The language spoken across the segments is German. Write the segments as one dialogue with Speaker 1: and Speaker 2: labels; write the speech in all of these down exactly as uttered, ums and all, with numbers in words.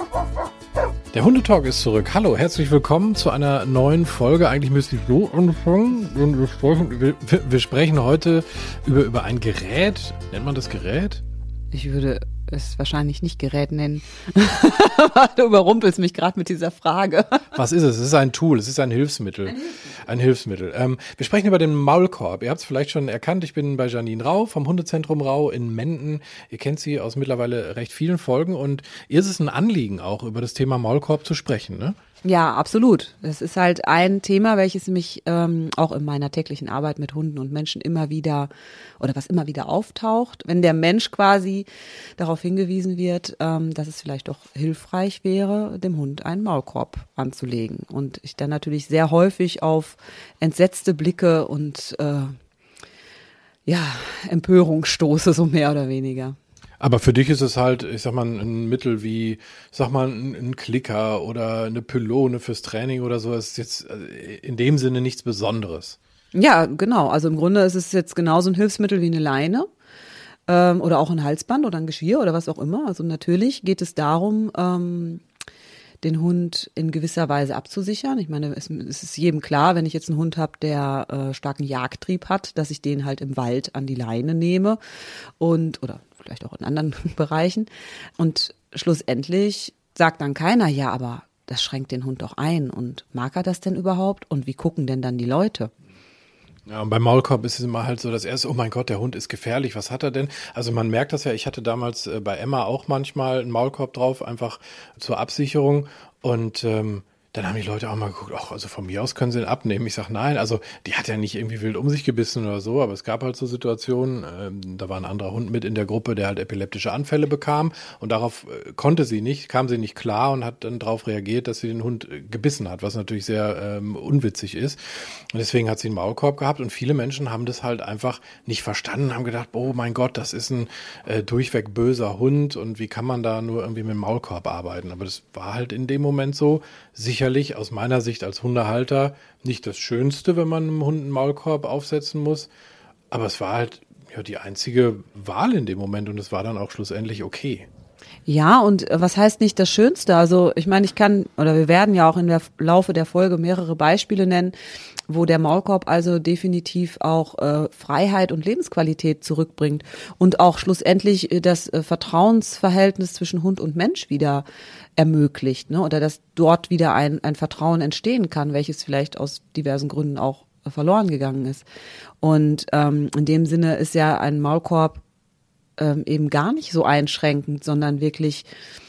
Speaker 1: Der Hundetalk ist zurück. Hallo, herzlich willkommen zu einer neuen Folge. Eigentlich müsste ich so anfangen. Wir sprechen, wir, wir sprechen heute über, über ein Gerät. Nennt man das Gerät?
Speaker 2: Ich würde es wahrscheinlich nicht Gerät nennen. Du überrumpelst mich gerade mit dieser Frage.
Speaker 1: Was ist es? Es ist ein Tool, es ist ein Hilfsmittel. Ein Hilfsmittel. Ein Hilfsmittel. Ähm, wir sprechen über den Maulkorb. Ihr habt es vielleicht schon erkannt, ich bin bei Janine Rau vom Hundezentrum Rau in Menden. Ihr kennt sie aus mittlerweile recht vielen Folgen und ihr ist es ein Anliegen auch, über das Thema Maulkorb zu sprechen, ne?
Speaker 2: Ja, absolut. Das ist halt ein Thema, welches mich ähm, auch in meiner täglichen Arbeit mit Hunden und Menschen immer wieder oder was immer wieder auftaucht, wenn der Mensch quasi darauf hingewiesen wird, ähm, dass es vielleicht doch hilfreich wäre, dem Hund einen Maulkorb anzulegen. Und ich dann natürlich sehr häufig auf entsetzte Blicke und äh, ja, Empörung stoße, so mehr oder weniger.
Speaker 1: Aber für dich ist es halt, ich sag mal, ein Mittel wie, sag mal, ein Klicker oder eine Pylone fürs Training oder so. Das ist jetzt in dem Sinne nichts Besonderes.
Speaker 2: Ja, genau. Also im Grunde ist es jetzt genauso ein Hilfsmittel wie eine Leine ähm, oder auch ein Halsband oder ein Geschirr oder was auch immer. Also natürlich geht es darum, ähm, den Hund in gewisser Weise abzusichern. Ich meine, es, es ist jedem klar, wenn ich jetzt einen Hund habe, der äh, starken Jagdtrieb hat, dass ich den halt im Wald an die Leine nehme und oder vielleicht auch in anderen Bereichen. Und schlussendlich sagt dann keiner, ja, aber das schränkt den Hund doch ein. Und mag er das denn überhaupt? Und wie gucken denn dann die Leute?
Speaker 1: Ja, und beim Maulkorb ist es immer halt so das erste, oh mein Gott, der Hund ist gefährlich, was hat er denn? Also man merkt das ja, ich hatte damals äh, bei Emma auch manchmal einen Maulkorb drauf, einfach zur Absicherung und ähm, dann haben die Leute auch mal geguckt, ach, also von mir aus können sie ihn abnehmen. Ich sage, nein, also die hat ja nicht irgendwie wild um sich gebissen oder so, aber es gab halt so Situationen, ähm, da war ein anderer Hund mit in der Gruppe, der halt epileptische Anfälle bekam und darauf äh, konnte sie nicht, kam sie nicht klar und hat dann darauf reagiert, dass sie den Hund äh, gebissen hat, was natürlich sehr ähm, unwitzig ist. Und deswegen hat sie einen Maulkorb gehabt und viele Menschen haben das halt einfach nicht verstanden, haben gedacht, oh mein Gott, das ist ein äh, durchweg böser Hund und wie kann man da nur irgendwie mit dem Maulkorb arbeiten? Aber das war halt in dem Moment so, sicherlich aus meiner Sicht als Hundehalter nicht das Schönste, wenn man einem Hund einen Maulkorb aufsetzen muss. Aber es war halt ja die einzige Wahl in dem Moment und es war dann auch schlussendlich okay.
Speaker 2: Ja, und was heißt nicht das Schönste? Also ich meine, ich kann, oder wir werden ja auch im Laufe der Folge mehrere Beispiele nennen, wo der Maulkorb also definitiv auch äh, Freiheit und Lebensqualität zurückbringt und auch schlussendlich das äh, Vertrauensverhältnis zwischen Hund und Mensch wieder ermöglicht, ne? Oder dass dort wieder ein, ein Vertrauen entstehen kann, welches vielleicht aus diversen Gründen auch äh, verloren gegangen ist. Und ähm, in dem Sinne ist ja ein Maulkorb ähm, eben gar nicht so einschränkend, sondern wirklich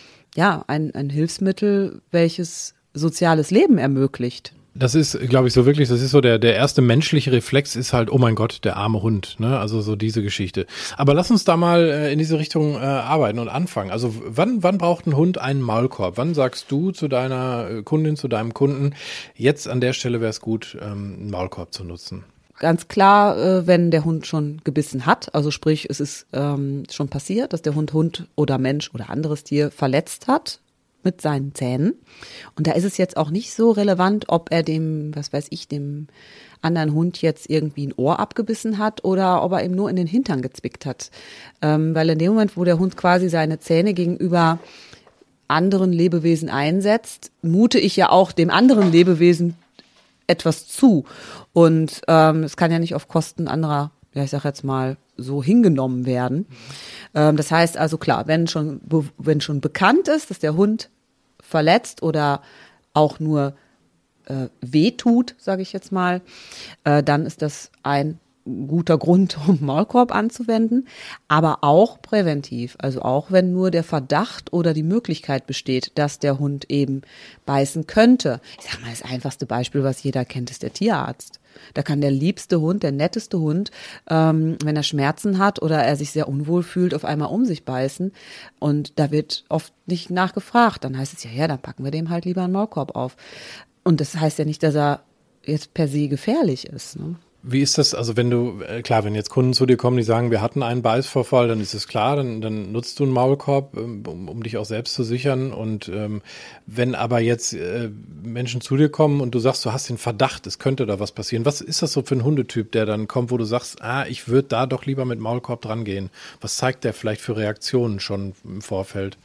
Speaker 2: ja ein, ein Hilfsmittel, welches soziales Leben ermöglicht.
Speaker 1: Das ist, glaube ich, so wirklich, das ist so der, der erste menschliche Reflex ist halt, oh mein Gott, der arme Hund, ne? Also so diese Geschichte. Aber lass uns da mal äh, in diese Richtung äh, arbeiten und anfangen. Also wann, wann braucht ein Hund einen Maulkorb? Wann sagst du zu deiner Kundin, zu deinem Kunden, jetzt an der Stelle wäre es gut, ähm, einen Maulkorb zu nutzen?
Speaker 2: Ganz klar, äh, wenn der Hund schon gebissen hat, also sprich, es ist ähm, schon passiert, dass der Hund Hund oder Mensch oder anderes Tier verletzt hat mit seinen Zähnen. Und da ist es jetzt auch nicht so relevant, ob er dem, was weiß ich, dem anderen Hund jetzt irgendwie ein Ohr abgebissen hat oder ob er ihm nur in den Hintern gezwickt hat. Ähm, weil in dem Moment, wo der Hund quasi seine Zähne gegenüber anderen Lebewesen einsetzt, mute ich ja auch dem anderen Lebewesen etwas zu. Und ähm, es kann ja nicht auf Kosten anderer, ja ich sag jetzt mal, so hingenommen werden. Ähm, das heißt also klar, wenn schon, wenn schon bekannt ist, dass der Hund verletzt oder auch nur äh, wehtut, sage ich jetzt mal, äh, dann ist das ein guter Grund, um Maulkorb anzuwenden, aber auch präventiv, also auch wenn nur der Verdacht oder die Möglichkeit besteht, dass der Hund eben beißen könnte. Ich sag mal, das einfachste Beispiel, was jeder kennt, ist der Tierarzt. Da kann der liebste Hund, der netteste Hund, ähm, wenn er Schmerzen hat oder er sich sehr unwohl fühlt, auf einmal um sich beißen. Und da wird oft nicht nachgefragt. Dann heißt es ja, ja, dann packen wir dem halt lieber einen Maulkorb auf. Und das heißt ja nicht, dass er jetzt per se gefährlich ist, ne?
Speaker 1: Wie ist das, also wenn du, klar, wenn jetzt Kunden zu dir kommen, die sagen, wir hatten einen Beißvorfall, dann ist es klar, dann, dann nutzt du einen Maulkorb, um, um dich auch selbst zu sichern. Und ähm, wenn aber jetzt äh, Menschen zu dir kommen und du sagst, du hast den Verdacht, es könnte da was passieren, was ist das so für ein Hundetyp, der dann kommt, wo du sagst, ah, ich würde da doch lieber mit Maulkorb dran gehen? Was zeigt der vielleicht für Reaktionen schon im Vorfeld?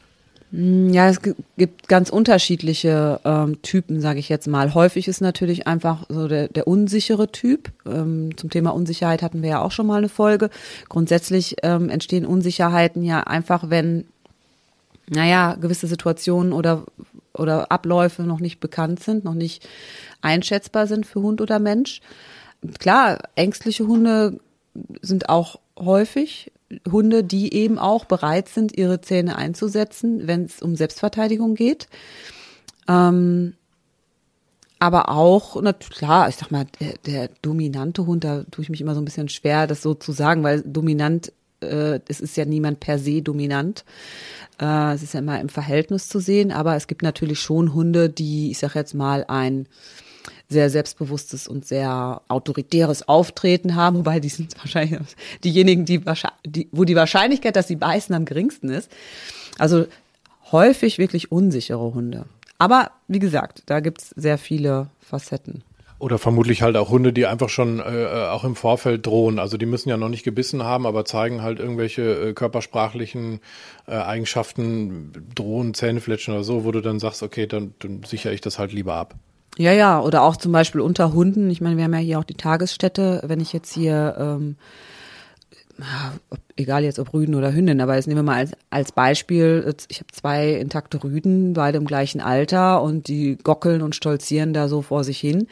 Speaker 2: Ja, es gibt ganz unterschiedliche ähm, Typen, sage ich jetzt mal. Häufig ist natürlich einfach so der, der unsichere Typ. Ähm, zum Thema Unsicherheit hatten wir ja auch schon mal eine Folge. Grundsätzlich ähm, entstehen Unsicherheiten ja einfach, wenn, naja, gewisse Situationen oder, oder Abläufe noch nicht bekannt sind, noch nicht einschätzbar sind für Hund oder Mensch. Klar, ängstliche Hunde sind auch häufig Hunde, die eben auch bereit sind, ihre Zähne einzusetzen, wenn es um Selbstverteidigung geht. Ähm, aber auch, na klar, ich sag mal, der, der dominante Hund, da tue ich mich immer so ein bisschen schwer, das so zu sagen, weil dominant, äh, es ist ja niemand per se dominant. Äh, es ist ja immer im Verhältnis zu sehen, aber es gibt natürlich schon Hunde, die, ich sag jetzt mal, ein sehr selbstbewusstes und sehr autoritäres Auftreten haben, wobei die sind wahrscheinlich diejenigen, die, die wo die Wahrscheinlichkeit, dass sie beißen, am geringsten ist. Also häufig wirklich unsichere Hunde. Aber wie gesagt, da gibt's sehr viele Facetten.
Speaker 1: Oder vermutlich halt auch Hunde, die einfach schon äh, auch im Vorfeld drohen. Also die müssen ja noch nicht gebissen haben, aber zeigen halt irgendwelche äh, körpersprachlichen äh, Eigenschaften, drohen, Zähnefletschen oder so, wo du dann sagst, okay, dann, dann sichere ich das halt lieber ab.
Speaker 2: Ja, ja, oder auch zum Beispiel unter Hunden. Ich meine, wir haben ja hier auch die Tagesstätte. Wenn ich jetzt hier, ähm, ob, egal jetzt ob Rüden oder Hündin, aber jetzt nehmen wir mal als, als Beispiel, ich habe zwei intakte Rüden, beide im gleichen Alter und die gockeln und stolzieren da so vor sich hin.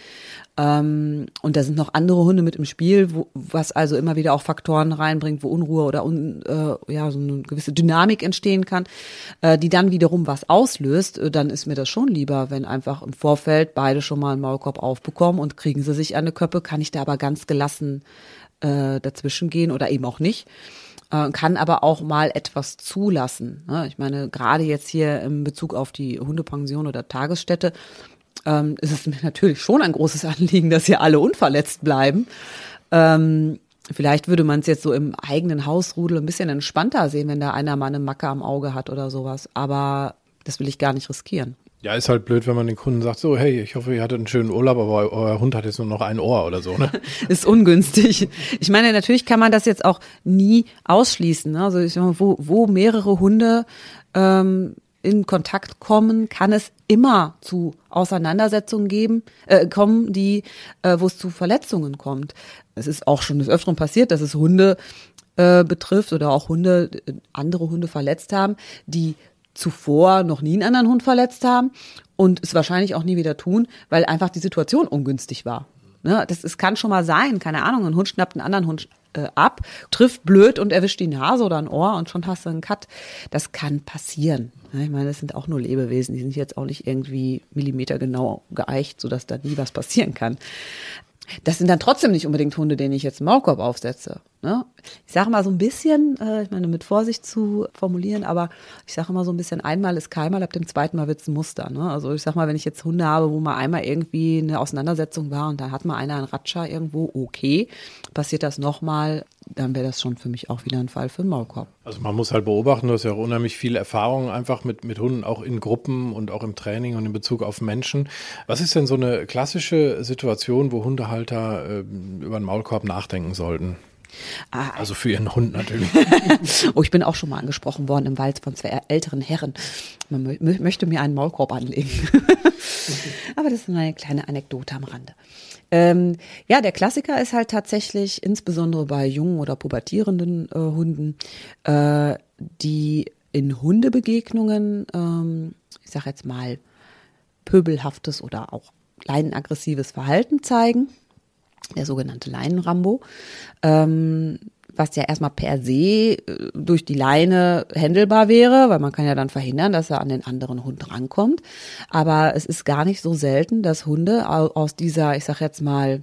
Speaker 2: Ähm, und da sind noch andere Hunde mit im Spiel, wo, was also immer wieder auch Faktoren reinbringt, wo Unruhe oder un, äh, ja so eine gewisse Dynamik entstehen kann, äh, die dann wiederum was auslöst. Äh, dann ist mir das schon lieber, wenn einfach im Vorfeld beide schon mal einen Maulkorb aufbekommen und kriegen sie sich an eine Köppe, kann ich da aber ganz gelassen äh, dazwischen gehen oder eben auch nicht. Äh, kann aber auch mal etwas zulassen. Ne? Ich meine, gerade jetzt hier in Bezug auf die Hundepension oder Tagesstätte, ähm, ist es mir natürlich schon ein großes Anliegen, dass hier alle unverletzt bleiben. Ähm, vielleicht würde man es jetzt so im eigenen Hausrudel ein bisschen entspannter sehen, wenn da einer mal eine Macke am Auge hat oder sowas. Aber das will ich gar nicht riskieren.
Speaker 1: Ja, ist halt blöd, wenn man den Kunden sagt, so, hey, ich hoffe, ihr hattet einen schönen Urlaub, aber euer Hund hat jetzt nur noch ein Ohr oder so, ne?
Speaker 2: Ist ungünstig. Ich meine, natürlich kann man das jetzt auch nie ausschließen. Ne? Also ich sag mal, wo, wo mehrere Hunde ähm, in Kontakt kommen, kann es immer zu Auseinandersetzungen geben, äh, kommen, die, äh, wo es zu Verletzungen kommt. Es ist auch schon des Öfteren passiert, dass es Hunde äh, betrifft oder auch Hunde, äh, andere Hunde verletzt haben, die zuvor noch nie einen anderen Hund verletzt haben und es wahrscheinlich auch nie wieder tun, weil einfach die Situation ungünstig war. Ne? Das, das kann schon mal sein, keine Ahnung, ein Hund schnappt einen anderen Hund äh, ab, trifft blöd und erwischt die Nase oder ein Ohr und schon hast du einen Cut. Das kann passieren. Ne? Ich meine, das sind auch nur Lebewesen, die sind jetzt auch nicht irgendwie millimetergenau geeicht, sodass da nie was passieren kann. Das sind dann trotzdem nicht unbedingt Hunde, denen ich jetzt einen Maulkorb aufsetze. Ne? Ich sage mal so ein bisschen, äh, ich meine mit Vorsicht zu formulieren, aber ich sage immer so ein bisschen, einmal ist keinmal, ab dem zweiten Mal wird es ein Muster. Ne? Also ich sage mal, wenn ich jetzt Hunde habe, wo mal einmal irgendwie eine Auseinandersetzung war und da hat mal einer einen Ratscher irgendwo, okay, passiert das nochmal, dann wäre das schon für mich auch wieder ein Fall für einen Maulkorb.
Speaker 1: Also man muss halt beobachten, du hast ja auch unheimlich viel Erfahrung einfach mit, mit Hunden, auch in Gruppen und auch im Training und in Bezug auf Menschen. Was ist denn so eine klassische Situation, wo Hundehalter äh, über einen Maulkorb nachdenken sollten? Ah, also für ihren Hund natürlich.
Speaker 2: Oh, ich bin auch schon mal angesprochen worden im Wald von zwei älteren Herren. Man mö- möchte mir einen Maulkorb anlegen. Aber das ist eine kleine Anekdote am Rande. Ähm, ja, der Klassiker ist halt tatsächlich, insbesondere bei jungen oder pubertierenden äh, Hunden, äh, die in Hundebegegnungen, ähm, ich sag jetzt mal, pöbelhaftes oder auch leinenaggressives Verhalten zeigen. Der sogenannte Leinenrambo, ähm, was ja erstmal per se äh, durch die Leine händelbar wäre, weil man kann ja dann verhindern, dass er an den anderen Hund rankommt. Aber es ist gar nicht so selten, dass Hunde aus dieser, ich sag jetzt mal,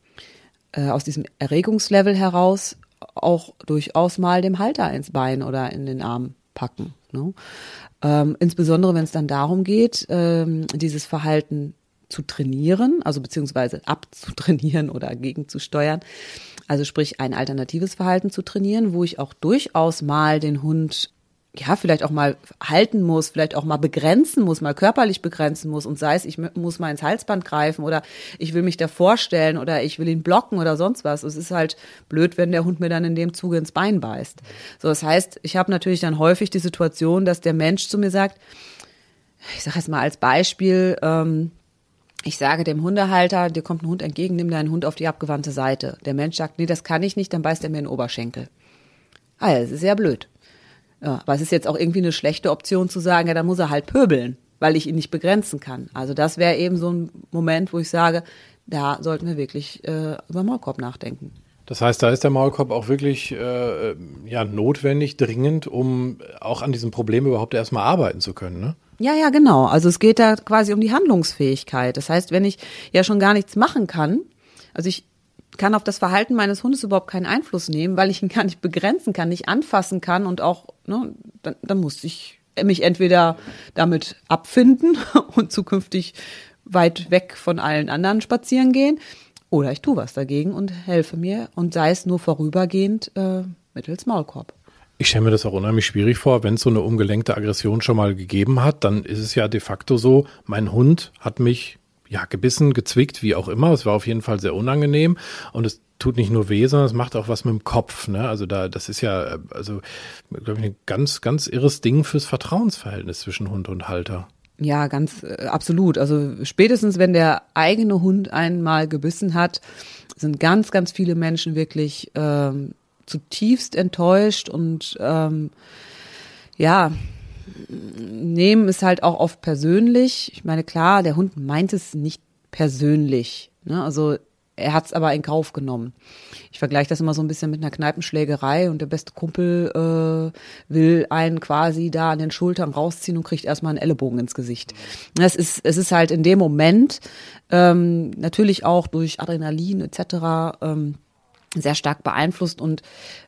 Speaker 2: äh, aus diesem Erregungslevel heraus auch durchaus mal dem Halter ins Bein oder in den Arm packen. Ne? Ähm, insbesondere wenn es dann darum geht, ähm, dieses Verhalten zu trainieren, also beziehungsweise abzutrainieren oder gegenzusteuern. Also sprich ein alternatives Verhalten zu trainieren, wo ich auch durchaus mal den Hund ja, vielleicht auch mal halten muss, vielleicht auch mal begrenzen muss, mal körperlich begrenzen muss und sei es, ich muss mal ins Halsband greifen oder ich will mich da vorstellen oder ich will ihn blocken oder sonst was. Es ist halt blöd, wenn der Hund mir dann in dem Zuge ins Bein beißt. So, das heißt, ich habe natürlich dann häufig die Situation, dass der Mensch zu mir sagt, ich sage jetzt mal als Beispiel, ähm, ich sage dem Hundehalter, dir kommt ein Hund entgegen, nimm deinen Hund auf die abgewandte Seite. Der Mensch sagt, nee, das kann ich nicht, dann beißt er mir in den Oberschenkel. Ah ja, das ist sehr blöd. Ja, aber es ist jetzt auch irgendwie eine schlechte Option zu sagen, ja, da muss er halt pöbeln, weil ich ihn nicht begrenzen kann. Also das wäre eben so ein Moment, wo ich sage, da sollten wir wirklich äh, über Maulkorb nachdenken.
Speaker 1: Das heißt, da ist der Maulkorb auch wirklich äh, ja, notwendig, dringend, um auch an diesem Problem überhaupt erstmal arbeiten zu können, ne?
Speaker 2: Ja, ja, genau. Also es geht da quasi um die Handlungsfähigkeit. Das heißt, wenn ich ja schon gar nichts machen kann, also ich kann auf das Verhalten meines Hundes überhaupt keinen Einfluss nehmen, weil ich ihn gar nicht begrenzen kann, nicht anfassen kann und auch, ne, dann, dann muss ich mich entweder damit abfinden und zukünftig weit weg von allen anderen spazieren gehen oder ich tue was dagegen und helfe mir und sei es nur vorübergehend äh, mittels Maulkorb.
Speaker 1: Ich stelle mir das auch unheimlich schwierig vor, wenn es so eine umgelenkte Aggression schon mal gegeben hat, dann ist es ja de facto so, mein Hund hat mich ja, gebissen, gezwickt, wie auch immer. Es war auf jeden Fall sehr unangenehm und es tut nicht nur weh, sondern es macht auch was mit dem Kopf, ne? Also da, das ist ja, also, glaube ich, ein ganz, ganz irres Ding fürs Vertrauensverhältnis zwischen Hund und Halter.
Speaker 2: Ja, ganz äh, absolut. Also spätestens, wenn der eigene Hund einmal gebissen hat, sind ganz, ganz viele Menschen wirklich ähm, zutiefst enttäuscht und ähm, ja, nehmen es halt auch oft persönlich. Ich meine, klar, der Hund meint es nicht persönlich, ne? Also er hat es aber in Kauf genommen. Ich vergleiche das immer so ein bisschen mit einer Kneipenschlägerei und der beste Kumpel äh, will einen quasi da an den Schultern rausziehen und kriegt erstmal einen Ellenbogen ins Gesicht. Es ist, es ist halt in dem Moment ähm, natürlich auch durch Adrenalin et cetera ähm, sehr stark beeinflusst und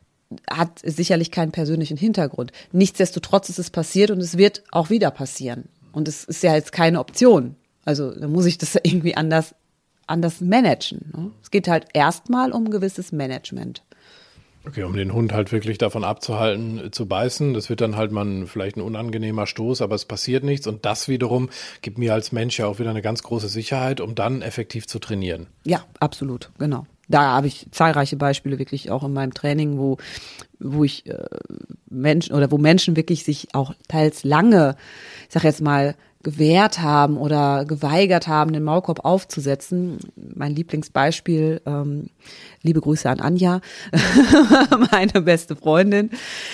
Speaker 2: hat sicherlich keinen persönlichen Hintergrund. Nichtsdestotrotz ist es passiert und es wird auch wieder passieren. Und es ist ja jetzt keine Option. Also da muss ich das irgendwie anders, anders managen. Ne? Es geht halt erstmal um ein gewisses Management.
Speaker 1: Okay, um den Hund halt wirklich davon abzuhalten, zu beißen. Das wird dann halt mal vielleicht ein unangenehmer Stoß, aber es passiert nichts. Und das wiederum gibt mir als Mensch ja auch wieder eine ganz große Sicherheit, um dann effektiv zu trainieren.
Speaker 2: Ja, absolut, genau. Da habe ich zahlreiche Beispiele wirklich auch in meinem Training, wo, wo ich äh, Menschen oder wo Menschen wirklich sich auch teils lange, ich sag jetzt mal, gewehrt haben oder geweigert haben, den Maulkorb aufzusetzen. Mein Lieblingsbeispiel, ähm, liebe Grüße an Anja, meine beste Freundin,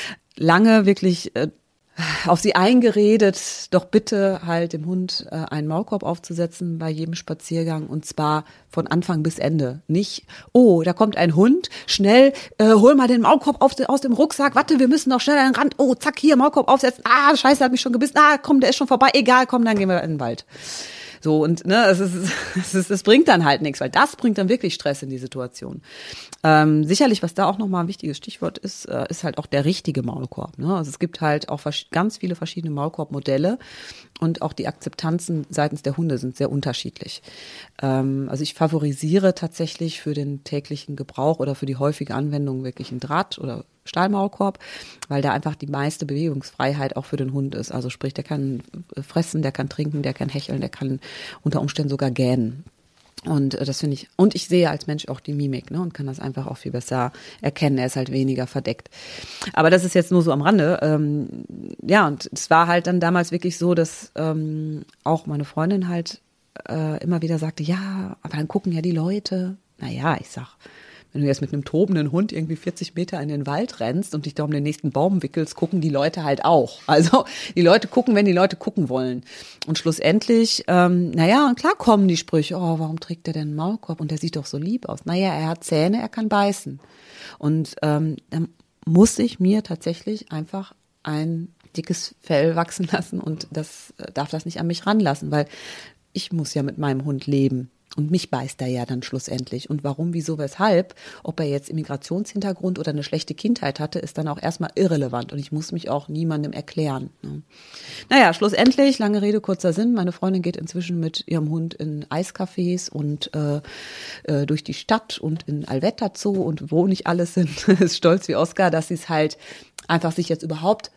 Speaker 2: lange wirklich äh, auf sie eingeredet, doch bitte halt dem Hund äh, einen Maulkorb aufzusetzen bei jedem Spaziergang und zwar von Anfang bis Ende. Nicht, oh, da kommt ein Hund, schnell, äh, hol mal den Maulkorb auf, aus dem Rucksack, warte, wir müssen noch schnell an den Rand, oh, zack, hier, Maulkorb aufsetzen, ah, scheiße, hat mich schon gebissen, ah, komm, der ist schon vorbei, egal, komm, dann gehen wir in den Wald. So, und ne, es ist, es ist, es bringt dann halt nichts, weil das bringt dann wirklich Stress in die Situation. Ähm, sicherlich, was da auch nochmal ein wichtiges Stichwort ist, äh, ist halt auch der richtige Maulkorb. Ne? Also es gibt halt auch vers- ganz viele verschiedene Maulkorbmodelle und auch die Akzeptanzen seitens der Hunde sind sehr unterschiedlich. Ähm, also ich favorisiere tatsächlich für den täglichen Gebrauch oder für die häufige Anwendung wirklich einen Draht- oder Stahlmaulkorb, weil da einfach die meiste Bewegungsfreiheit auch für den Hund ist. Also sprich, der kann fressen, der kann trinken, der kann hecheln, der kann unter Umständen sogar gähnen. Und äh, das finde ich, und ich sehe als Mensch auch die Mimik, ne, und kann das einfach auch viel besser erkennen. Er ist halt weniger verdeckt. Aber das ist jetzt nur so am Rande. Ähm, ja, und es war halt dann damals wirklich so, dass ähm, auch meine Freundin halt äh, immer wieder sagte, ja, aber dann gucken ja die Leute. Naja, ich sag, wenn du jetzt mit einem tobenden Hund irgendwie vierzig Meter in den Wald rennst und dich da um den nächsten Baum wickelst, gucken die Leute halt auch. Also die Leute gucken, wenn die Leute gucken wollen. Und schlussendlich, ähm, naja, und klar kommen die Sprüche, oh, warum trägt der denn einen Maulkorb? Und der sieht doch so lieb aus. Naja, er hat Zähne, er kann beißen. Und ähm, dann muss ich mir tatsächlich einfach ein dickes Fell wachsen lassen und das äh, darf das nicht an mich ranlassen, weil ich muss ja mit meinem Hund leben. Und mich beißt er ja dann schlussendlich. Und warum, wieso, weshalb, ob er jetzt Immigrationshintergrund oder eine schlechte Kindheit hatte, ist dann auch erstmal irrelevant. Und ich muss mich auch niemandem erklären. Ne? Naja, schlussendlich, lange Rede, kurzer Sinn. Meine Freundin geht inzwischen mit ihrem Hund in Eiscafés und äh, äh, durch die Stadt und in Alvetta Zoo und wo nicht alles sind. Ist stolz wie Oscar, dass sie es halt einfach sich jetzt überhaupt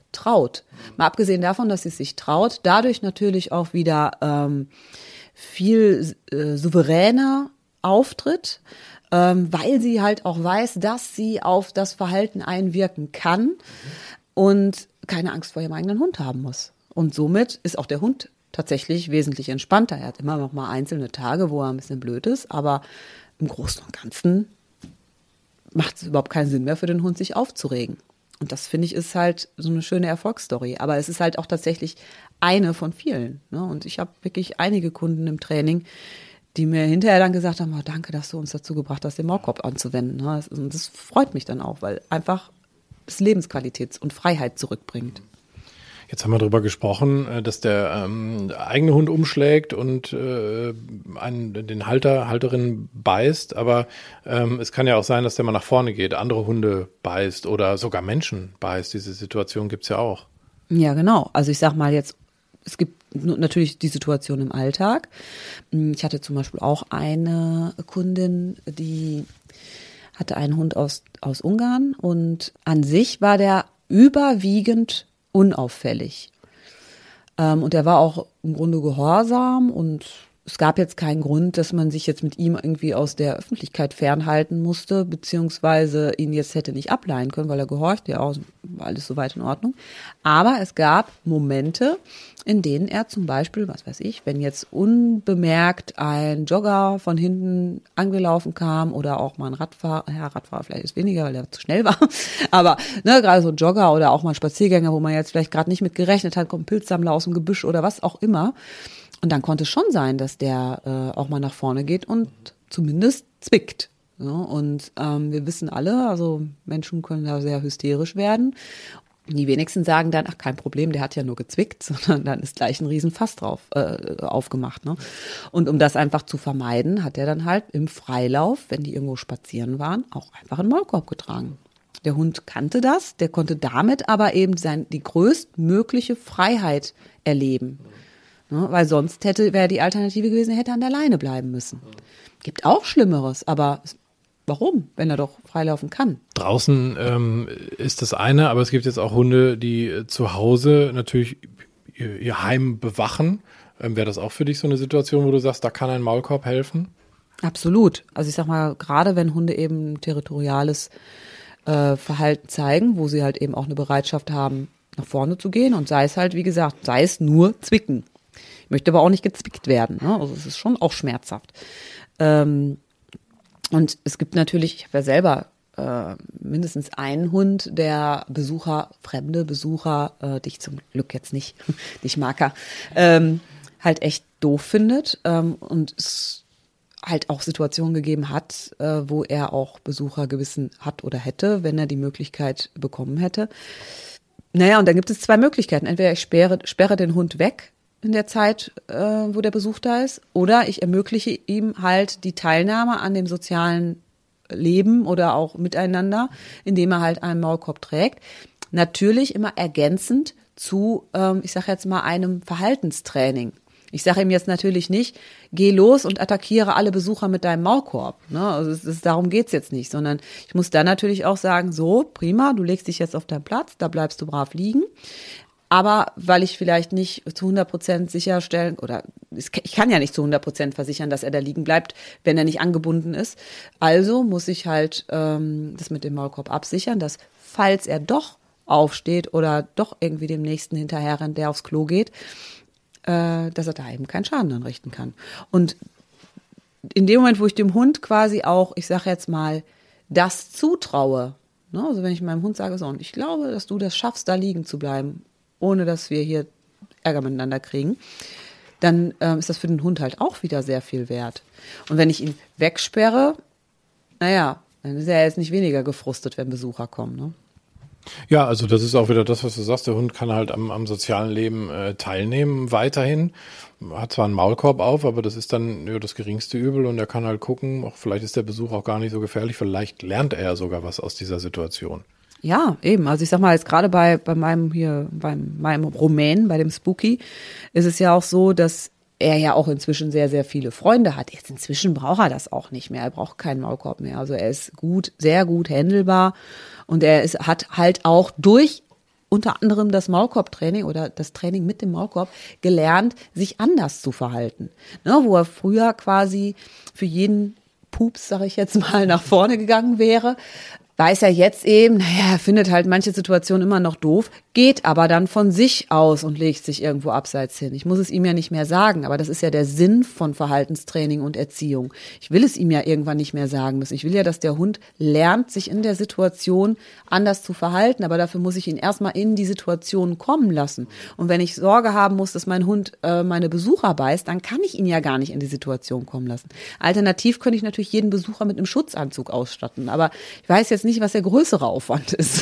Speaker 2: traut. Mal abgesehen davon, dass sie es sich traut, dadurch natürlich auch wieder ähm, viel äh, souveräner auftritt, ähm, weil sie halt auch weiß, dass sie auf das Verhalten einwirken kann und keine Angst vor ihrem eigenen Hund haben muss. Und somit ist auch der Hund tatsächlich wesentlich entspannter. Er hat immer noch mal einzelne Tage, wo er ein bisschen blöd ist, aber im Großen und Ganzen macht es überhaupt keinen Sinn mehr für den Hund, sich aufzuregen. Und das, finde ich, ist halt so eine schöne Erfolgsstory. Aber es ist halt auch tatsächlich eine von vielen. Ne? Und ich habe wirklich einige Kunden im Training, die mir hinterher dann gesagt haben, oh, danke, dass du uns dazu gebracht hast, den Maulkorb anzuwenden. Ne? Und das freut mich dann auch, weil einfach es Lebensqualität und Freiheit zurückbringt.
Speaker 1: Jetzt haben wir darüber gesprochen, dass der ähm, eigene Hund umschlägt und äh, einen, den Halter, Halterin beißt, aber ähm, es kann ja auch sein, dass der mal nach vorne geht, andere Hunde beißt oder sogar Menschen beißt. Diese Situation gibt's ja auch.
Speaker 2: Ja, genau. Also ich sag mal jetzt, es gibt natürlich die Situation im Alltag. Ich hatte zum Beispiel auch eine Kundin, die hatte einen Hund aus, aus Ungarn und an sich war der überwiegend unauffällig. Ähm, und er war auch im Grunde gehorsam und es gab jetzt keinen Grund, dass man sich jetzt mit ihm irgendwie aus der Öffentlichkeit fernhalten musste, beziehungsweise ihn jetzt hätte nicht ableihen können, weil er gehorcht, ja, war alles soweit in Ordnung. Aber es gab Momente, in denen er zum Beispiel, was weiß ich, wenn jetzt unbemerkt ein Jogger von hinten angelaufen kam oder auch mal ein Radfahrer, ja, Radfahrer vielleicht ist weniger, weil er zu schnell war, aber ne, gerade so ein Jogger oder auch mal ein Spaziergänger, wo man jetzt vielleicht gerade nicht mit gerechnet hat, kommt ein Pilzsammler aus dem Gebüsch oder was auch immer. Und dann konnte es schon sein, dass der äh, auch mal nach vorne geht und zumindest zwickt. Ja, und ähm, wir wissen alle, also Menschen können da sehr hysterisch werden. Die wenigsten sagen dann, ach kein Problem, der hat ja nur gezwickt, sondern dann ist gleich ein Riesenfass drauf äh, aufgemacht. Ne? Und um das einfach zu vermeiden, hat er dann halt im Freilauf, wenn die irgendwo spazieren waren, auch einfach einen Maulkorb getragen. Der Hund kannte das, der konnte damit aber eben sein, die größtmögliche Freiheit erleben. Ne, weil sonst hätte, wäre die Alternative gewesen, er hätte an der Leine bleiben müssen. Gibt auch Schlimmeres, aber warum, wenn er doch freilaufen kann?
Speaker 1: Draußen ähm, ist das eine, aber es gibt jetzt auch Hunde, die äh, zu Hause natürlich ihr, ihr Heim bewachen. Ähm, wäre das auch für dich so eine Situation, wo du sagst, da kann ein Maulkorb helfen?
Speaker 2: Absolut. Also ich sag mal, gerade wenn Hunde eben territoriales äh, Verhalten zeigen, wo sie halt eben auch eine Bereitschaft haben, nach vorne zu gehen und sei es halt, wie gesagt, sei es nur zwicken. Ich möchte aber auch nicht gezwickt werden. Ne? Also es ist schon auch schmerzhaft. Ähm, und es gibt natürlich, ich habe ja selber äh, mindestens einen Hund, der Besucher, fremde Besucher, äh, dich zum Glück jetzt nicht, dich mag er, ähm, halt echt doof findet. Ähm, und es halt auch Situationen gegeben hat, äh, wo er auch Besucher gewissen hat oder hätte, wenn er die Möglichkeit bekommen hätte. Naja, und dann gibt es zwei Möglichkeiten. Entweder ich sperre, sperre den Hund weg in der Zeit, äh, wo der Besuch da ist, oder ich ermögliche ihm halt die Teilnahme an dem sozialen Leben oder auch miteinander, indem er halt einen Maulkorb trägt. Natürlich immer ergänzend zu, ähm, ich sage jetzt mal, einem Verhaltenstraining. Ich sage ihm jetzt natürlich nicht, geh los und attackiere alle Besucher mit deinem Maulkorb. Ne? Also es ist, darum geht's jetzt nicht, sondern ich muss dann natürlich auch sagen, so, prima, du legst dich jetzt auf deinen Platz, da bleibst du brav liegen. Aber weil ich vielleicht nicht zu hundert Prozent sicherstellen, oder ich kann ja nicht zu hundert Prozent versichern, dass er da liegen bleibt, wenn er nicht angebunden ist. Also muss ich halt ähm, das mit dem Maulkorb absichern, dass falls er doch aufsteht oder doch irgendwie dem Nächsten hinterher rennt, der aufs Klo geht, äh, dass er da eben keinen Schaden anrichten kann. Und in dem Moment, wo ich dem Hund quasi auch, ich sage jetzt mal, das zutraue, ne? Also wenn ich meinem Hund sage, so, und ich glaube, dass du das schaffst, da liegen zu bleiben, ohne dass wir hier Ärger miteinander kriegen, dann ähm, ist das für den Hund halt auch wieder sehr viel wert. Und wenn ich ihn wegsperre, naja, dann ist er jetzt nicht weniger gefrustet, wenn Besucher kommen. Ne?
Speaker 1: Ja, also das ist auch wieder das, was du sagst. Der Hund kann halt am, am sozialen Leben äh, teilnehmen weiterhin. Hat zwar einen Maulkorb auf, aber das ist dann ja, das geringste Übel und er kann halt gucken, auch vielleicht ist der Besuch auch gar nicht so gefährlich, vielleicht lernt er sogar was aus dieser Situation.
Speaker 2: Ja, eben. Also ich sag mal, jetzt gerade bei, bei meinem hier, bei meinem Rumän, bei dem Spooky, ist es ja auch so, dass er ja auch inzwischen sehr, sehr viele Freunde hat. Jetzt inzwischen braucht er das auch nicht mehr. Er braucht keinen Maulkorb mehr. Also er ist gut, sehr gut handelbar und er ist, hat halt auch durch unter anderem das Maulkorbtraining oder das Training mit dem Maulkorb gelernt, sich anders zu verhalten. Ne, wo er früher quasi für jeden Pups, sage ich jetzt mal, nach vorne gegangen wäre, weiß er jetzt eben, naja, er findet halt manche Situationen immer noch doof, geht aber dann von sich aus und legt sich irgendwo abseits hin. Ich muss es ihm ja nicht mehr sagen, aber das ist ja der Sinn von Verhaltenstraining und Erziehung. Ich will es ihm ja irgendwann nicht mehr sagen müssen. Ich will ja, dass der Hund lernt, sich in der Situation anders zu verhalten, aber dafür muss ich ihn erstmal in die Situation kommen lassen. Und wenn ich Sorge haben muss, dass mein Hund äh, meine Besucher beißt, dann kann ich ihn ja gar nicht in die Situation kommen lassen. Alternativ könnte ich natürlich jeden Besucher mit einem Schutzanzug ausstatten, aber ich weiß jetzt nicht, was der größere Aufwand ist.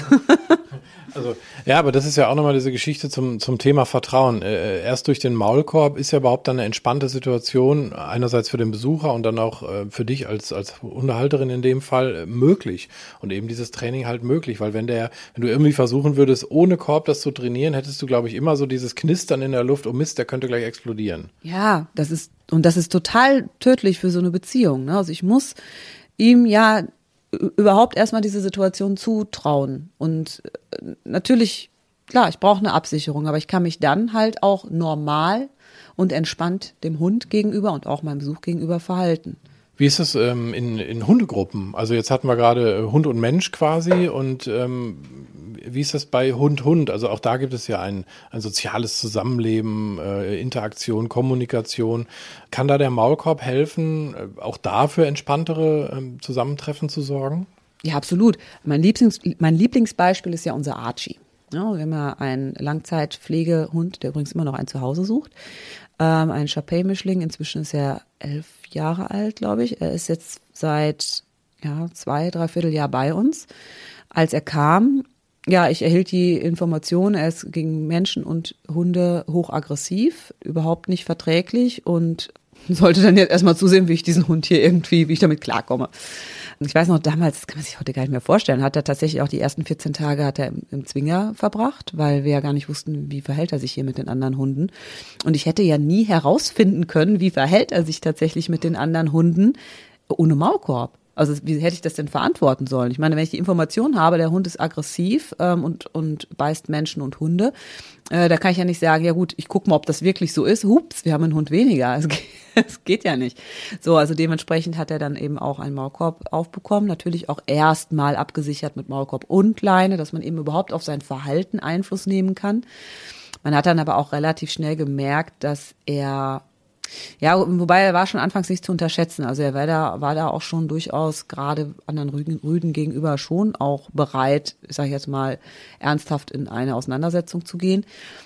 Speaker 1: Also, ja, aber das ist ja auch nochmal diese Geschichte zum, zum Thema Vertrauen. Äh, erst durch den Maulkorb ist ja überhaupt dann eine entspannte Situation, einerseits für den Besucher und dann auch äh, für dich als, als Hundehalterin in dem Fall äh, möglich. Und eben dieses Training halt möglich, weil wenn der, wenn du irgendwie versuchen würdest, ohne Korb das zu trainieren, hättest du, glaube ich, immer so dieses Knistern in der Luft, oh Mist, der könnte gleich explodieren.
Speaker 2: Ja, das ist, und das ist total tödlich für so eine Beziehung. Ne? Also ich muss ihm ja überhaupt erstmal diese Situation zutrauen. Und natürlich, klar, ich brauche eine Absicherung, aber ich kann mich dann halt auch normal und entspannt dem Hund gegenüber und auch meinem Besuch gegenüber verhalten.
Speaker 1: Wie ist es ähm, in, in Hundegruppen? Also jetzt hatten wir gerade Hund und Mensch quasi und ähm, wie ist das bei Hund-Hund? Also auch da gibt es ja ein, ein soziales Zusammenleben, äh, Interaktion, Kommunikation. Kann da der Maulkorb helfen, äh, auch da für entspanntere äh, Zusammentreffen zu sorgen?
Speaker 2: Ja, absolut. Mein, Lieblings, mein Lieblingsbeispiel ist ja unser Archie. Ja, wir haben ja einen Langzeitpflegehund, der übrigens immer noch ein Zuhause sucht. Ähm, ein Shar-Pei-Mischling, inzwischen ist er elf Jahre alt, glaube ich. Er ist jetzt seit ja, zwei, dreiviertel Jahr bei uns. Als er kam, ja, ich erhielt die Information, er ist gegen Menschen und Hunde hochaggressiv, überhaupt nicht verträglich und sollte dann jetzt erstmal zusehen, wie ich diesen Hund hier irgendwie, wie ich damit klarkomme. Und ich weiß noch, damals, das kann man sich heute gar nicht mehr vorstellen, hat er tatsächlich auch die ersten vierzehn Tage hat er im, im Zwinger verbracht, weil wir ja gar nicht wussten, wie verhält er sich hier mit den anderen Hunden. Und ich hätte ja nie herausfinden können, wie verhält er sich tatsächlich mit den anderen Hunden ohne Maulkorb. Also wie hätte ich das denn verantworten sollen? Ich meine, wenn ich die Information habe, der Hund ist aggressiv ähm, und, und beißt Menschen und Hunde, äh, da kann ich ja nicht sagen, ja gut, ich gucke mal, ob das wirklich so ist. Hups, wir haben einen Hund weniger. Es geht, es geht ja nicht. So, also dementsprechend hat er dann eben auch einen Maulkorb aufbekommen. Natürlich auch erstmal abgesichert mit Maulkorb und Leine, dass man eben überhaupt auf sein Verhalten Einfluss nehmen kann. Man hat dann aber auch relativ schnell gemerkt, dass er Ja, wobei er war schon anfangs nicht zu unterschätzen. Also er war da, war da auch schon durchaus gerade anderen Rüden, Rüden gegenüber schon auch bereit, sage ich jetzt mal, ernsthaft in eine Auseinandersetzung zu gehen.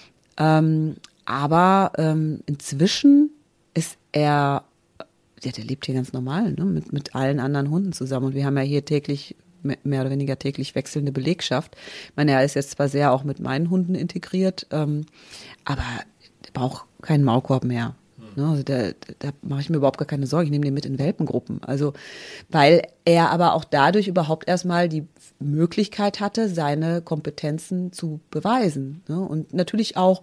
Speaker 2: Ähm, aber ähm, inzwischen ist er, ja, der lebt hier ganz normal, ne, mit, mit allen anderen Hunden zusammen. Und wir haben ja hier täglich, mehr oder weniger täglich wechselnde Belegschaft. Ich meine, er ist jetzt zwar sehr auch mit meinen Hunden integriert, ähm, aber der braucht keinen Maulkorb mehr. Also da, da mache ich mir überhaupt gar keine Sorge. Ich nehme den mit in Welpengruppen. Also, weil er aber auch dadurch überhaupt erstmal die Möglichkeit hatte, seine Kompetenzen zu beweisen. Und natürlich auch,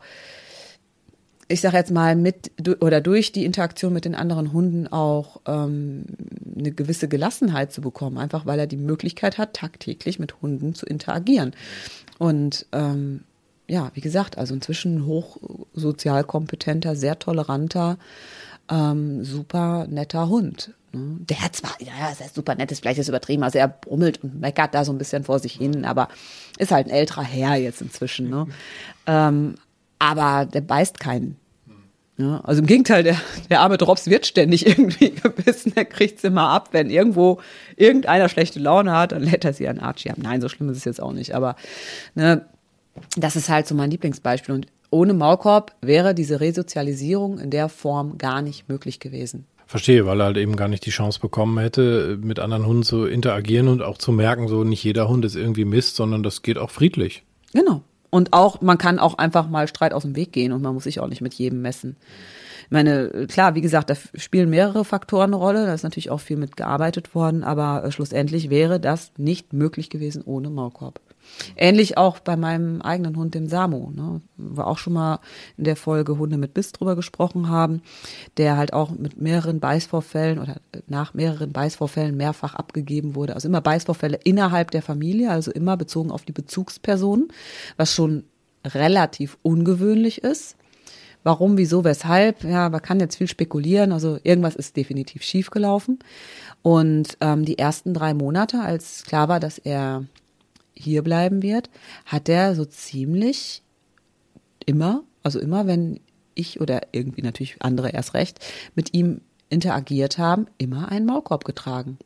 Speaker 2: ich sage jetzt mal, mit oder durch die Interaktion mit den anderen Hunden auch ähm, eine gewisse Gelassenheit zu bekommen. Einfach weil er die Möglichkeit hat, tagtäglich mit Hunden zu interagieren. Und ähm, ja, wie gesagt, also inzwischen hoch sozial kompetenter, sehr toleranter, ähm, super netter Hund. Ne? Der hat zwar, ja, das heißt super nett, ist vielleicht ist übertrieben, also er brummelt und meckert da so ein bisschen vor sich hin, aber ist halt ein älterer Herr jetzt inzwischen. Ne? ähm, aber der beißt keinen. Ja, also im Gegenteil, der, der arme Drops wird ständig irgendwie gebissen, der kriegt's immer ab, wenn irgendwo irgendeiner schlechte Laune hat, dann lädt er sie an Archie ab. Nein, so schlimm ist es jetzt auch nicht, aber ne, das ist halt so mein Lieblingsbeispiel. Und ohne Maulkorb wäre diese Resozialisierung in der Form gar nicht möglich gewesen.
Speaker 1: Verstehe, weil er halt eben gar nicht die Chance bekommen hätte, mit anderen Hunden zu interagieren und auch zu merken, so nicht jeder Hund ist irgendwie Mist, sondern das geht auch friedlich.
Speaker 2: Genau. Und auch, man kann auch einfach mal Streit aus dem Weg gehen und man muss sich auch nicht mit jedem messen. Ich meine, klar, wie gesagt, da spielen mehrere Faktoren eine Rolle, da ist natürlich auch viel mit gearbeitet worden, aber schlussendlich wäre das nicht möglich gewesen ohne Maulkorb. Ähnlich auch bei meinem eigenen Hund, dem Samu, ne? Wir auch schon mal in der Folge Hunde mit Biss drüber gesprochen haben, der halt auch mit mehreren Beißvorfällen oder nach mehreren Beißvorfällen mehrfach abgegeben wurde. Also immer Beißvorfälle innerhalb der Familie, also immer bezogen auf die Bezugspersonen, was schon relativ ungewöhnlich ist. Warum, wieso, weshalb? Ja, man kann jetzt viel spekulieren. Also irgendwas ist definitiv schiefgelaufen. Und ähm, die ersten drei Monate, als klar war, dass er hier bleiben wird, hat er so ziemlich immer, also immer, wenn ich oder irgendwie natürlich andere erst recht, mit ihm interagiert haben, immer einen Maulkorb getragen.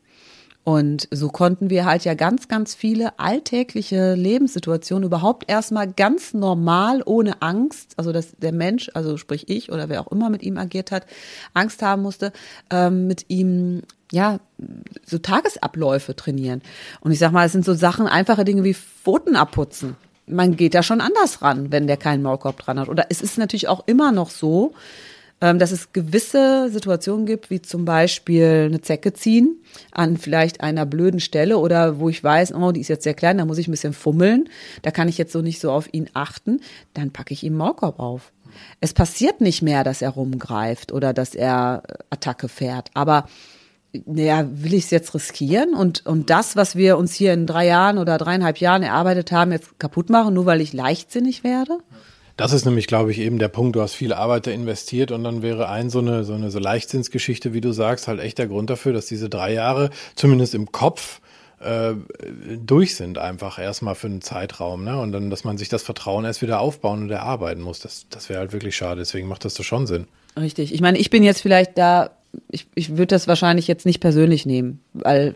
Speaker 2: Und so konnten wir halt ja ganz, ganz viele alltägliche Lebenssituationen überhaupt erstmal ganz normal, ohne Angst, also dass der Mensch, also sprich ich oder wer auch immer mit ihm agiert hat, Angst haben musste, ähm, mit ihm ja, so Tagesabläufe trainieren. Und ich sag mal, es sind so Sachen, einfache Dinge wie Pfoten abputzen. Man geht da schon anders ran, wenn der keinen Maulkorb dran hat. Oder es ist natürlich auch immer noch so, dass es gewisse Situationen gibt, wie zum Beispiel eine Zecke ziehen an vielleicht einer blöden Stelle oder wo ich weiß, oh, die ist jetzt sehr klein, da muss ich ein bisschen fummeln, da kann ich jetzt so nicht so auf ihn achten, dann packe ich ihm einen Maulkorb auf. Es passiert nicht mehr, dass er rumgreift oder dass er Attacke fährt, aber naja, will ich es jetzt riskieren und, und das, was wir uns hier in drei Jahren oder dreieinhalb Jahren erarbeitet haben, jetzt kaputt machen, nur weil ich leichtsinnig werde?
Speaker 1: Das ist nämlich, glaube ich, eben der Punkt. Du hast viel Arbeit da investiert und dann wäre ein so eine, so eine so Leichtsinnsgeschichte, wie du sagst, halt echt der Grund dafür, dass diese drei Jahre zumindest im Kopf äh, durch sind einfach erstmal für einen Zeitraum, ne? Und dann, dass man sich das Vertrauen erst wieder aufbauen und erarbeiten muss. Das, das wäre halt wirklich schade. Deswegen macht das doch schon Sinn.
Speaker 2: Richtig. Ich meine, ich bin jetzt vielleicht da, ich, ich würde das wahrscheinlich jetzt nicht persönlich nehmen, weil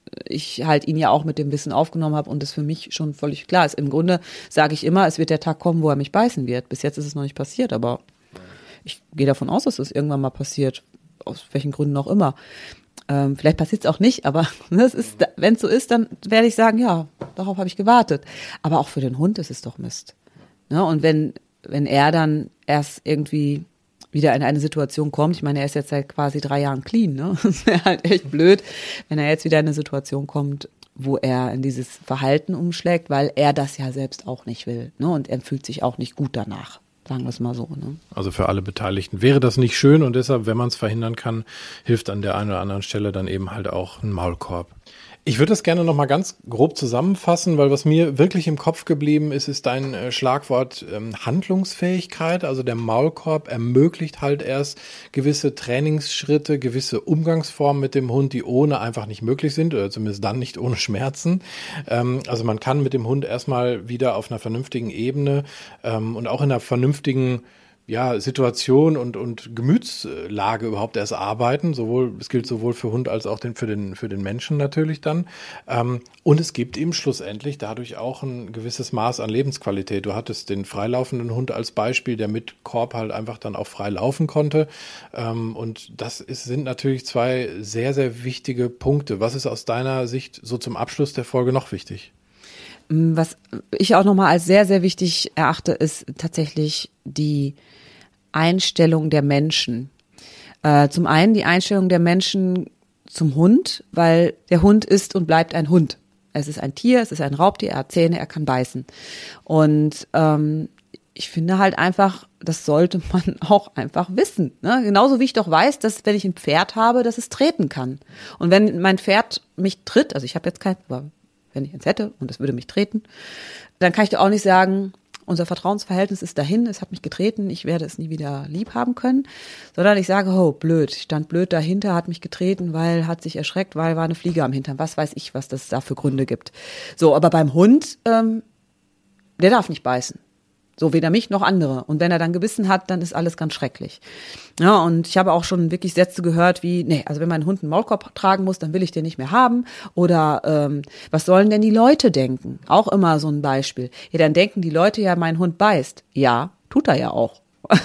Speaker 2: ich halt ihn ja auch mit dem Wissen aufgenommen habe und das für mich schon völlig klar ist. Im Grunde sage ich immer, es wird der Tag kommen, wo er mich beißen wird. Bis jetzt ist es noch nicht passiert, aber ich gehe davon aus, dass es irgendwann mal passiert, aus welchen Gründen auch immer. Ähm, vielleicht passiert es auch nicht, aber wenn es so ist, dann werde ich sagen, ja, darauf habe ich gewartet. Aber auch für den Hund ist es doch Mist. Ne? Und wenn, wenn er dann erst irgendwie wieder in eine Situation kommt, ich meine, er ist jetzt seit quasi drei Jahren clean, ne? Das wäre halt echt blöd, wenn er jetzt wieder in eine Situation kommt, wo er in dieses Verhalten umschlägt, weil er das ja selbst auch nicht will, ne? Und er fühlt sich auch nicht gut danach, sagen wir es mal so, ne?
Speaker 1: Also für alle Beteiligten wäre das nicht schön und deshalb, wenn man es verhindern kann, hilft an der einen oder anderen Stelle dann eben halt auch ein Maulkorb. Ich würde das gerne noch mal ganz grob zusammenfassen, weil was mir wirklich im Kopf geblieben ist, ist dein äh, Schlagwort ähm, Handlungsfähigkeit. Also der Maulkorb ermöglicht halt erst gewisse Trainingsschritte, gewisse Umgangsformen mit dem Hund, die ohne einfach nicht möglich sind oder zumindest dann nicht ohne Schmerzen. Ähm, also man kann mit dem Hund erstmal wieder auf einer vernünftigen Ebene ähm, und auch in einer vernünftigen ja, Situation und, und Gemütslage überhaupt erst arbeiten. Sowohl, es gilt sowohl für Hund als auch den, für den, für den Menschen natürlich dann. Ähm, und es gibt ihm schlussendlich dadurch auch ein gewisses Maß an Lebensqualität. Du hattest den freilaufenden Hund als Beispiel, der mit Korb halt einfach dann auch frei laufen konnte. Ähm, und das ist, sind natürlich zwei sehr, sehr wichtige Punkte. Was ist aus deiner Sicht so zum Abschluss der Folge noch wichtig?
Speaker 2: Was ich auch nochmal als sehr, sehr wichtig erachte, ist tatsächlich die Einstellung der Menschen. Äh, zum einen die Einstellung der Menschen zum Hund, weil der Hund ist und bleibt ein Hund. Es ist ein Tier, es ist ein Raubtier, er hat Zähne, er kann beißen. Und ähm, ich finde halt einfach, das sollte man auch einfach wissen. Ne? Genauso wie ich doch weiß, dass wenn ich ein Pferd habe, dass es treten kann. Und wenn mein Pferd mich tritt, also ich habe jetzt kein, aber wenn ich eins hätte und es würde mich treten, dann kann ich doch auch nicht sagen, unser Vertrauensverhältnis ist dahin, es hat mich getreten, ich werde es nie wieder lieb haben können, sondern ich sage, oh, blöd, ich stand blöd dahinter, hat mich getreten, weil, hat sich erschreckt, weil war eine Fliege am Hintern, was weiß ich, was das da für Gründe gibt. So, aber beim Hund, ähm, der darf nicht beißen. So, weder mich noch andere. Und wenn er dann gebissen hat, dann ist alles ganz schrecklich. Ja, und ich habe auch schon wirklich Sätze gehört wie, nee, also wenn mein Hund einen Maulkorb tragen muss, dann will ich den nicht mehr haben. Oder ähm, was sollen denn die Leute denken? Auch immer so ein Beispiel. Ja, dann denken die Leute ja, mein Hund beißt. Ja, tut er ja auch.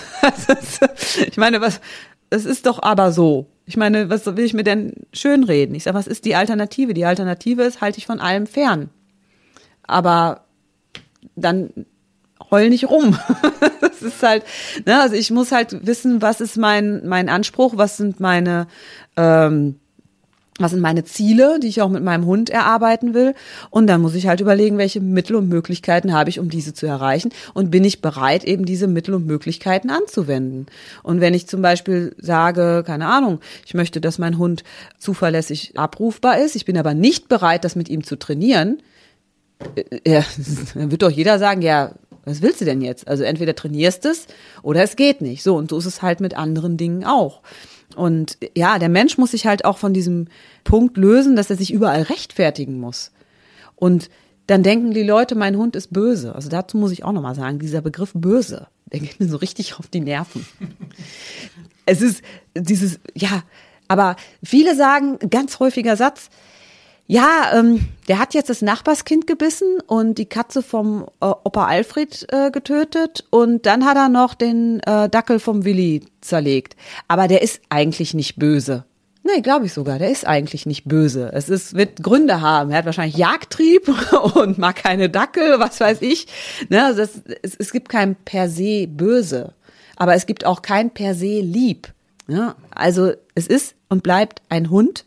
Speaker 2: Ich meine, was, es ist doch aber so. Ich meine, was will ich mir denn schönreden? Ich sage, was ist die Alternative? Die Alternative ist, halte ich von allem fern. Aber dann heul nicht rum. Das ist halt, ne, also ich muss halt wissen, was ist mein mein Anspruch, was sind meine ähm, Was sind meine Ziele, die ich auch mit meinem Hund erarbeiten will? Und dann muss ich halt überlegen, welche Mittel und Möglichkeiten habe ich, um diese zu erreichen? Und bin ich bereit, eben diese Mittel und Möglichkeiten anzuwenden? Und wenn ich zum Beispiel sage, keine Ahnung, ich möchte, dass mein Hund zuverlässig abrufbar ist, ich bin aber nicht bereit, das mit ihm zu trainieren, ja, dann wird doch jeder sagen, ja, was willst du denn jetzt? Also entweder trainierst es oder es geht nicht. So, und so ist es halt mit anderen Dingen auch. Und ja, der Mensch muss sich halt auch von diesem Punkt lösen, dass er sich überall rechtfertigen muss. Und dann denken die Leute, mein Hund ist böse. Also dazu muss ich auch nochmal sagen, dieser Begriff böse, der geht mir so richtig auf die Nerven. Es ist dieses, ja, aber viele sagen, ganz häufiger Satz, ja, ähm, der hat jetzt das Nachbarskind gebissen und die Katze vom äh, Opa Alfred äh, getötet und dann hat er noch den äh, Dackel vom Willi zerlegt. Aber der ist eigentlich nicht böse. Nee, glaube ich sogar, der ist eigentlich nicht böse. Es ist, wird Gründe haben. Er hat wahrscheinlich Jagdtrieb und mag keine Dackel, was weiß ich. Ne, also das, es, es gibt kein per se böse, aber es gibt auch kein per se lieb. Ja, also es ist und bleibt ein Hund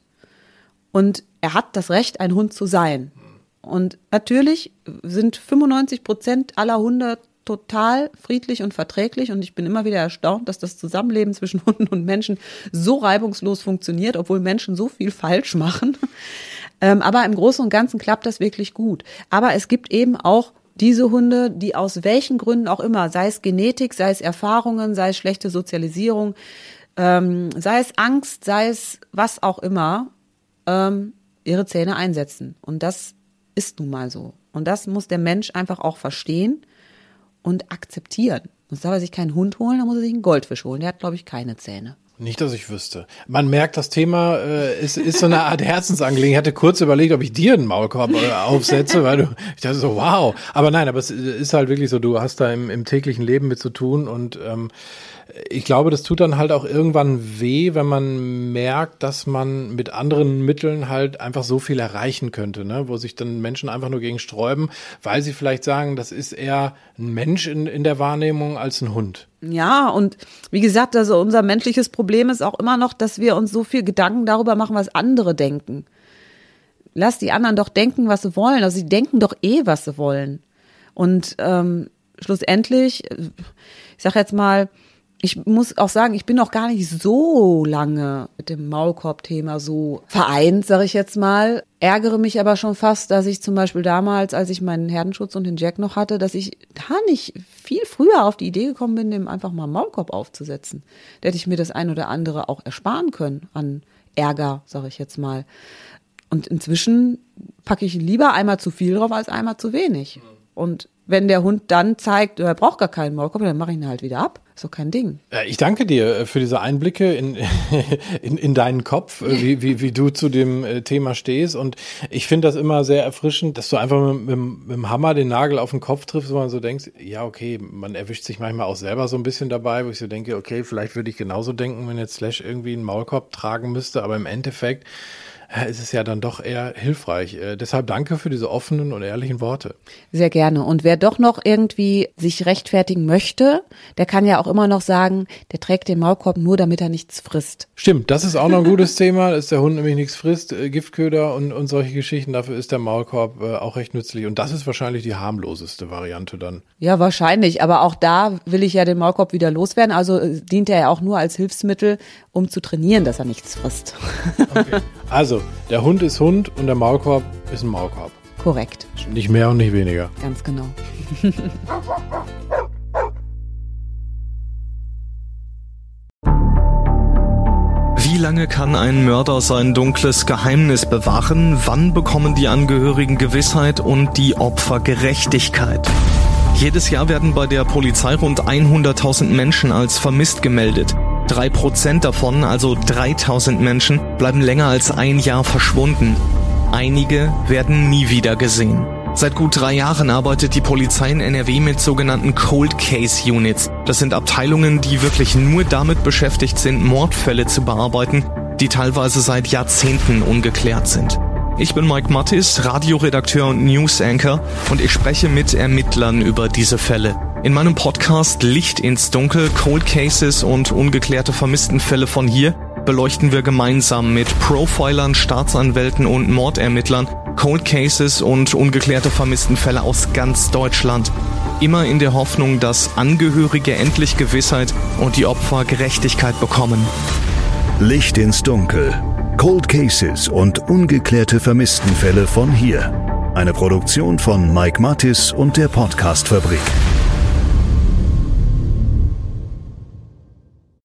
Speaker 2: und er hat das Recht, ein Hund zu sein. Und natürlich sind fünfundneunzig Prozent aller Hunde total friedlich und verträglich. Und ich bin immer wieder erstaunt, dass das Zusammenleben zwischen Hunden und Menschen so reibungslos funktioniert, obwohl Menschen so viel falsch machen. Ähm, aber im Großen und Ganzen klappt das wirklich gut. Aber es gibt eben auch diese Hunde, die aus welchen Gründen auch immer, sei es Genetik, sei es Erfahrungen, sei es schlechte Sozialisierung, ähm, sei es Angst, sei es was auch immer, ähm, ihre Zähne einsetzen. Und das ist nun mal so. Und das muss der Mensch einfach auch verstehen und akzeptieren. Sonst darf er sich keinen Hund holen, dann muss er sich einen Goldfisch holen. Der hat, glaube ich, keine Zähne.
Speaker 1: Nicht, dass ich wüsste. Man merkt, das Thema äh, ist, ist so eine Art Herzensangelegenheit. Ich hatte kurz überlegt, ob ich dir einen Maulkorb äh, aufsetze, weil du, ich dachte so, wow. Aber nein, aber es ist halt wirklich so, du hast da im, im täglichen Leben mit zu tun und ähm, ich glaube, das tut dann halt auch irgendwann weh, wenn man merkt, dass man mit anderen Mitteln halt einfach so viel erreichen könnte, ne? Wo sich dann Menschen einfach nur gegen sträuben, weil sie vielleicht sagen, das ist eher ein Mensch in, in der Wahrnehmung als ein Hund.
Speaker 2: Ja, und wie gesagt, also unser menschliches Problem ist auch immer noch, dass wir uns so viel Gedanken darüber machen, was andere denken. Lass die anderen doch denken, was sie wollen. Also sie denken doch eh, was sie wollen. Und ähm, schlussendlich, ich sag jetzt mal, ich muss auch sagen, ich bin noch gar nicht so lange mit dem Maulkorb-Thema so vereint, sage ich jetzt mal. Ärgere mich aber schon fast, dass ich zum Beispiel damals, als ich meinen Herdenschutz und den Jack noch hatte, dass ich da nicht viel früher auf die Idee gekommen bin, dem einfach mal einen Maulkorb aufzusetzen. Da hätte ich mir das ein oder andere auch ersparen können an Ärger, sage ich jetzt mal. Und inzwischen packe ich lieber einmal zu viel drauf als einmal zu wenig. Und wenn der Hund dann zeigt, er braucht gar keinen Maulkorb, dann mache ich ihn halt wieder ab. Ist doch kein Ding.
Speaker 1: Ich danke dir für diese Einblicke in, in, in deinen Kopf, wie, wie, wie du zu dem Thema stehst. Und ich finde das immer sehr erfrischend, dass du einfach mit, mit, mit dem Hammer den Nagel auf den Kopf triffst, wo man so denkst, ja okay, man erwischt sich manchmal auch selber so ein bisschen dabei, wo ich so denke, okay, vielleicht würde ich genauso denken, wenn jetzt Slash irgendwie einen Maulkorb tragen müsste, aber im Endeffekt ist es ja dann doch eher hilfreich. Äh, deshalb danke für diese offenen und ehrlichen Worte.
Speaker 2: Sehr gerne. Und wer doch noch irgendwie sich rechtfertigen möchte, der kann ja auch immer noch sagen, der trägt den Maulkorb nur, damit er nichts frisst.
Speaker 1: Stimmt, das ist auch noch ein gutes Thema, dass der Hund nämlich nichts frisst, äh, Giftköder und, und solche Geschichten. Dafür ist der Maulkorb äh, auch recht nützlich. Und das ist wahrscheinlich die harmloseste Variante dann.
Speaker 2: Ja, wahrscheinlich. Aber auch da will ich ja den Maulkorb wieder loswerden. Also äh, dient er ja auch nur als Hilfsmittel, um zu trainieren, dass er nichts frisst.
Speaker 1: Okay. Also, der Hund ist Hund und der Maulkorb ist ein Maulkorb.
Speaker 2: Korrekt.
Speaker 1: Nicht mehr und nicht weniger.
Speaker 2: Ganz genau.
Speaker 3: Wie lange kann ein Mörder sein dunkles Geheimnis bewahren? Wann bekommen die Angehörigen Gewissheit und die Opfer Gerechtigkeit? Jedes Jahr werden bei der Polizei rund hunderttausend Menschen als vermisst gemeldet. Drei Prozent davon, also dreitausend Menschen, bleiben länger als ein Jahr verschwunden. Einige werden nie wieder gesehen. Seit gut drei Jahren arbeitet die Polizei in N R W mit sogenannten Cold Case Units. Das sind Abteilungen, die wirklich nur damit beschäftigt sind, Mordfälle zu bearbeiten, die teilweise seit Jahrzehnten ungeklärt sind. Ich bin Mike Mattis, Radioredakteur und News Anchor, und ich spreche mit Ermittlern über diese Fälle. In meinem Podcast Licht ins Dunkel, Cold Cases und ungeklärte Vermisstenfälle von hier beleuchten wir gemeinsam mit Profilern, Staatsanwälten und Mordermittlern Cold Cases und ungeklärte Vermisstenfälle aus ganz Deutschland. Immer in der Hoffnung, dass Angehörige endlich Gewissheit und die Opfer Gerechtigkeit bekommen.
Speaker 4: Licht ins Dunkel. Cold Cases und ungeklärte Vermisstenfälle von hier. Eine Produktion von Mike Mattis und der Podcast-Fabrik.